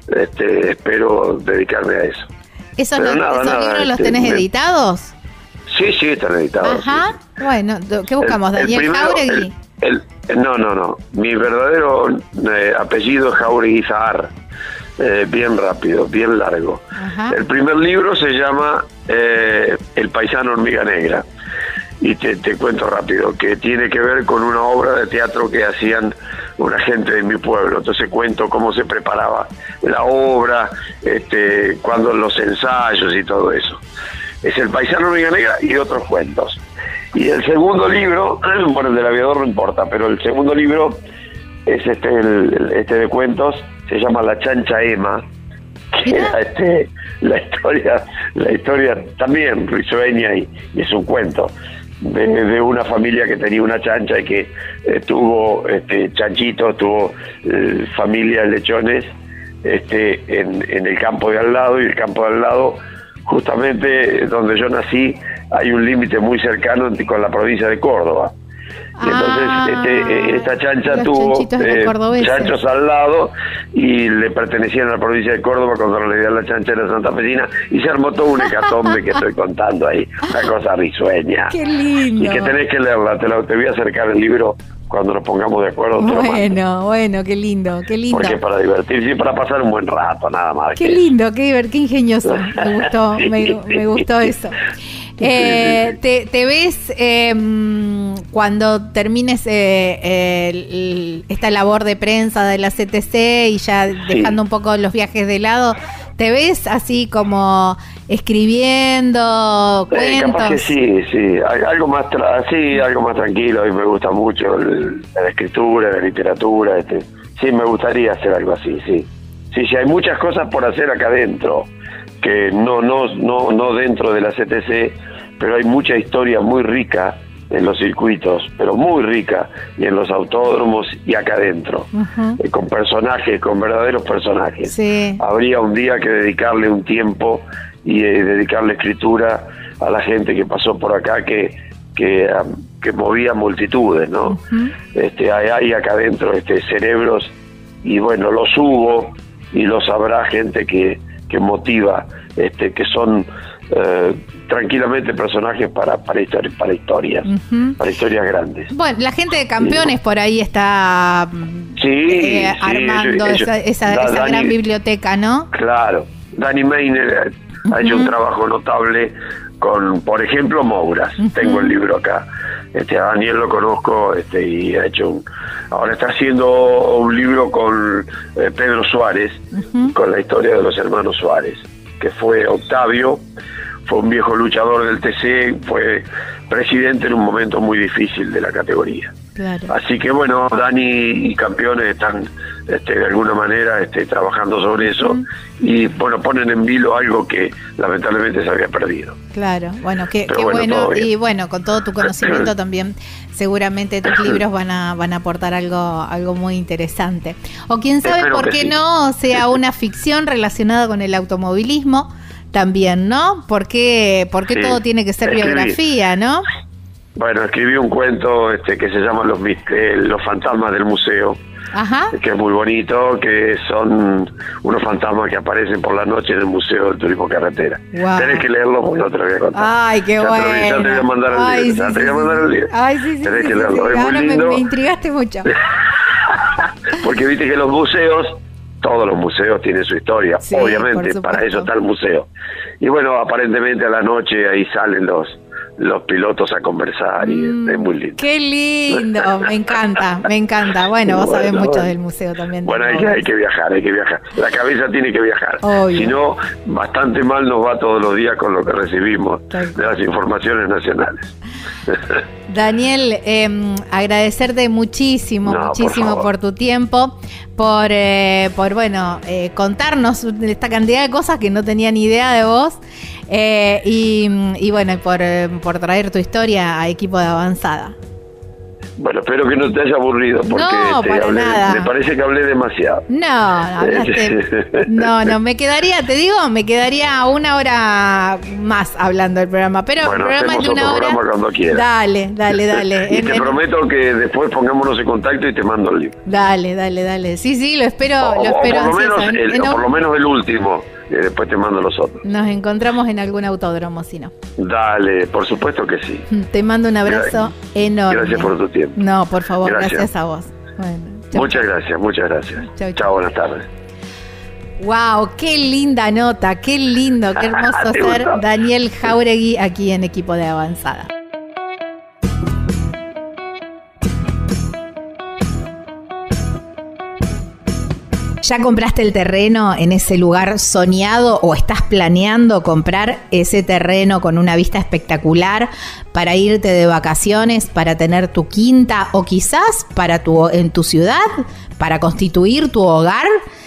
este, espero dedicarme a eso. ¿Esos, Pero lo- nada, esos nada, libros los este, tenés me- editados? Sí, sí, están editados. Ajá. sí, Bueno, ¿qué buscamos? El- el ¿Daniel primero, Jauregui? el- el- no, no, no. Mi verdadero eh, apellido es Jauregui Zahar. Eh, bien rápido, bien largo. Ajá. El primer libro se llama eh, El paisano hormiga negra. Y te, te cuento rápido, que tiene que ver con una obra de teatro que hacían una gente de mi pueblo. Entonces cuento cómo se preparaba la obra, este, cuando los ensayos y todo eso. Es El paisano hormiga negra y otros cuentos. Y el segundo libro, bueno, el del aviador no importa, pero el segundo libro es este, el, el- este de cuentos, se llama La chancha Emma, que Mirá. era este, la historia, la historia también risueña y, y es un cuento de, de una familia que tenía una chancha y que eh, tuvo este, chanchitos, tuvo eh, familia de lechones este, en, en el campo de al lado, y el campo de al lado, justamente donde yo nací, hay un límite muy cercano entre- con la provincia de Córdoba. Y entonces Ah, este, eh, esta chancha los tuvo chanchitos de los cordobeses. chanchos al lado y le pertenecían a la provincia de Córdoba cuando en realidad la chancha era santafesina y se armó todo un hecatombe que estoy contando ahí, una cosa risueña. Qué lindo. Y que tenés que leerla, te, la, te voy a acercar el libro cuando nos pongamos de acuerdo. te lo mando. Bueno, bueno, qué lindo, qué lindo. Porque es para divertirse y para pasar un buen rato, nada más. Qué que- lindo, qué, diver- qué ingenioso. Me gustó, me, me gustó eso. Eh, te, te ves eh, cuando termines eh, eh, el- esta labor de prensa de la C T C y ya dejando un poco los viajes de lado, ¿te ves así como escribiendo Eh, cuentos? capaz que sí, sí, Al- algo más tra- sí, algo más tranquilo. A mí me gusta mucho el- la escritura, la literatura, este, sí, me gustaría hacer algo así, sí, sí, sí, hay muchas cosas por hacer acá adentro, que no, no, no, no dentro de la C T C, pero hay mucha historia muy rica en los circuitos, pero muy rica, y en los autódromos y acá adentro, Ujú. eh, con personajes, con verdaderos personajes. Sí. Habría un día que dedicarle un tiempo y eh, dedicarle escritura a la gente que pasó por acá, que que, um, que movía multitudes, ¿no? Ujú. Este, hay, hay acá adentro este, cerebros, y bueno, los hubo, y los habrá gente que, que motiva, este, que son eh, tranquilamente personajes para, para, histori- para historias, Ujú. para historias grandes. Bueno, la gente de Campeones por ahí está mm, Sí, eh, sí, armando ellos- esa, esa, Da- esa gran Dani- biblioteca, ¿no? Claro, Dani Meiner Uh-huh. Ha hecho un trabajo notable con, por ejemplo, Mouras. Uh-huh. Tengo el libro acá. Este, a Daniel lo conozco, este, y ha hecho un, ahora está haciendo un libro con eh, Pedro Suárez, uh-huh. con la historia de los hermanos Suárez, que fue Octavio, fue un viejo luchador del T C, fue presidente en un momento muy difícil de la categoría. Claro. Así que bueno, Dani y Campeones están este, de alguna manera este, trabajando sobre eso, uh-huh. y bueno, ponen en vilo algo que lamentablemente se había perdido. Claro, bueno, qué, qué bueno, bueno y bueno, con todo tu conocimiento también seguramente tus libros van a van a aportar algo algo muy interesante. O quién sabe Espero por qué sí. no sea una ficción relacionada con el automovilismo también, ¿no? Porque porque sí. todo tiene que ser Escribí. biografía, ¿no? Bueno, escribí un cuento este que se llama Los, eh, los fantasmas del museo. Ajá. Que es muy bonito, que son unos fantasmas que aparecen por la noche en el Museo del Turismo Carretera. Wow. Tenés que leerlo porque no te lo voy a contar. Ay, qué ya bueno. Te, ya te voy a mandar el Ay, libro. Sí, ya sí, te voy a sí, mandar sí. el libro. Ay, sí, sí. Tenés sí, que sí, leerlo. sí. Es Ahora muy lindo. Me, me intrigaste mucho. Porque viste que los museos, todos los museos tienen su historia. Sí, obviamente, para eso está el museo. Y bueno, aparentemente a la noche ahí salen los los pilotos a conversar y mm, es muy lindo. Qué lindo, me encanta, me encanta. Bueno, vos bueno, sabés mucho bueno. del museo también. Bueno, hay que, hay que viajar, hay que viajar. La cabeza tiene que viajar. Obvio. Si no, bastante mal nos va todos los días con lo que recibimos Tal. de las informaciones nacionales. Daniel, eh, agradecerte muchísimo, no, muchísimo por, por tu tiempo, por, eh, por bueno, eh, contarnos esta cantidad de cosas que no tenía ni idea de vos, eh, y, y bueno, por, por traer tu historia a Equipo de Avanzada. Bueno, espero que no te haya aburrido, porque no, te para hablé, nada. me parece que hablé demasiado. No, hablaste, no, no, me quedaría, te digo, me quedaría una hora más hablando del programa, pero bueno, el programa es de una hora. Cuando quieras. Dale, dale, dale. y en, te en... prometo que después pongámonos en contacto y te mando el libro. Dale, dale, dale. Sí, sí, lo espero, o, lo espero. O por, lo menos en, el, en, o por lo menos el último. Y después te mando los otros. Nos encontramos en algún autódromo, si no. Dale, por supuesto que sí. Te mando un abrazo gracias. enorme. Gracias por tu tiempo. No, por favor, gracias, gracias a vos. Bueno, chau. Muchas gracias, muchas gracias. Chao, chau, buenas tardes. Wow, qué linda nota, qué lindo, qué hermoso ser gustó? Daniel Jáuregui aquí en Equipo de Avanzada. ¿Ya compraste el terreno en ese lugar soñado o estás planeando comprar ese terreno con una vista espectacular para irte de vacaciones, para tener tu quinta o quizás para tu, en tu ciudad, para constituir tu hogar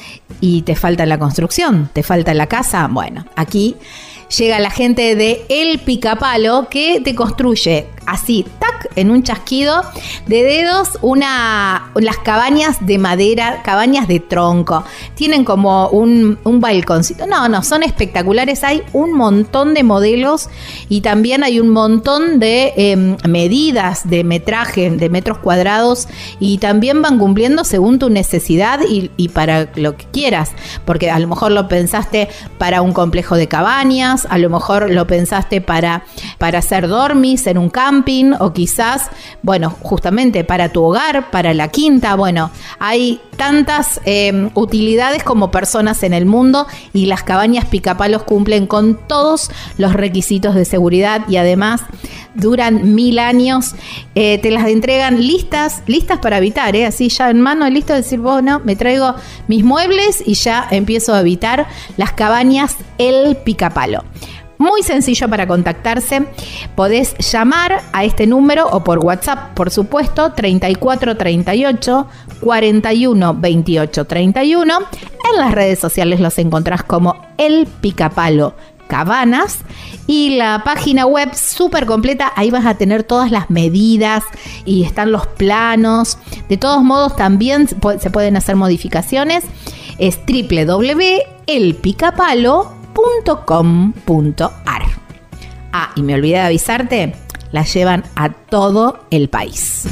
y te falta la construcción, te falta la casa? Bueno, aquí llega la gente de El Picapalo que te construye así, tac, en un chasquido de dedos, una, las cabañas de madera, cabañas de tronco. Tienen como un, un balconcito. No, no, son espectaculares. Hay un montón de modelos y también hay un montón de eh, medidas de metraje, de metros cuadrados, y también van cumpliendo según tu necesidad y, y para lo que quieras. Porque a lo mejor lo pensaste para un complejo de cabañas, a lo mejor lo pensaste para, para hacer dormis en un campo, o quizás, bueno, justamente para tu hogar, para la quinta. Bueno, hay tantas eh, utilidades como personas en el mundo y las cabañas Picapalos cumplen con todos los requisitos de seguridad y además duran mil años. Eh, te las entregan listas, listas para habitar, ¿eh? Así ya en mano, listo de decir, bueno, me traigo mis muebles y ya empiezo a habitar las cabañas El Picapalo. Muy sencillo para contactarse. Podés llamar a este número o por WhatsApp, por supuesto, treinta y cuatro treinta y ocho cuarenta y uno veintiocho treinta y uno. En las redes sociales los encontrás como El Picapalo Cabanas y la página web súper completa. Ahí vas a tener todas las medidas y están los planos. De todos modos, también se pueden hacer modificaciones. Es doble u doble u doble u punto el picapalo punto com punto a r. Ah, y me olvidé de avisarte, la llevan a todo el país.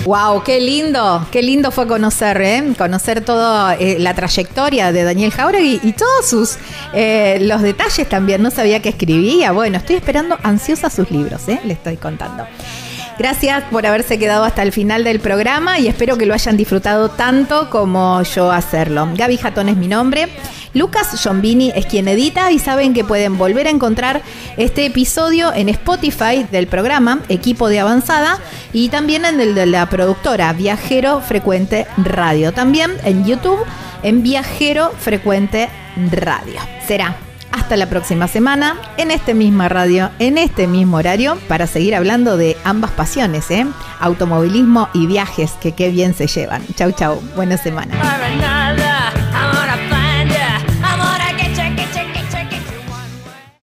Wow, qué lindo, qué lindo fue conocer, ¿eh? conocer toda eh, la trayectoria de Daniel Jáuregui y todos sus eh, los detalles también. No sabía que escribía. Bueno, estoy esperando ansiosa sus libros, ¿eh? le estoy contando. Gracias por haberse quedado hasta el final del programa y espero que lo hayan disfrutado tanto como yo hacerlo. Gaby Jatón es mi nombre. Lucas Giombini es quien edita y saben que pueden volver a encontrar este episodio en Spotify del programa Equipo de Avanzada y también en el de la productora Viajero Frecuente Radio. También en YouTube en Viajero Frecuente Radio. Será hasta la próxima semana en esta misma radio, en este mismo horario, para seguir hablando de ambas pasiones, ¿eh? Automovilismo y viajes, que qué bien se llevan. Chau, chau. Buena semana.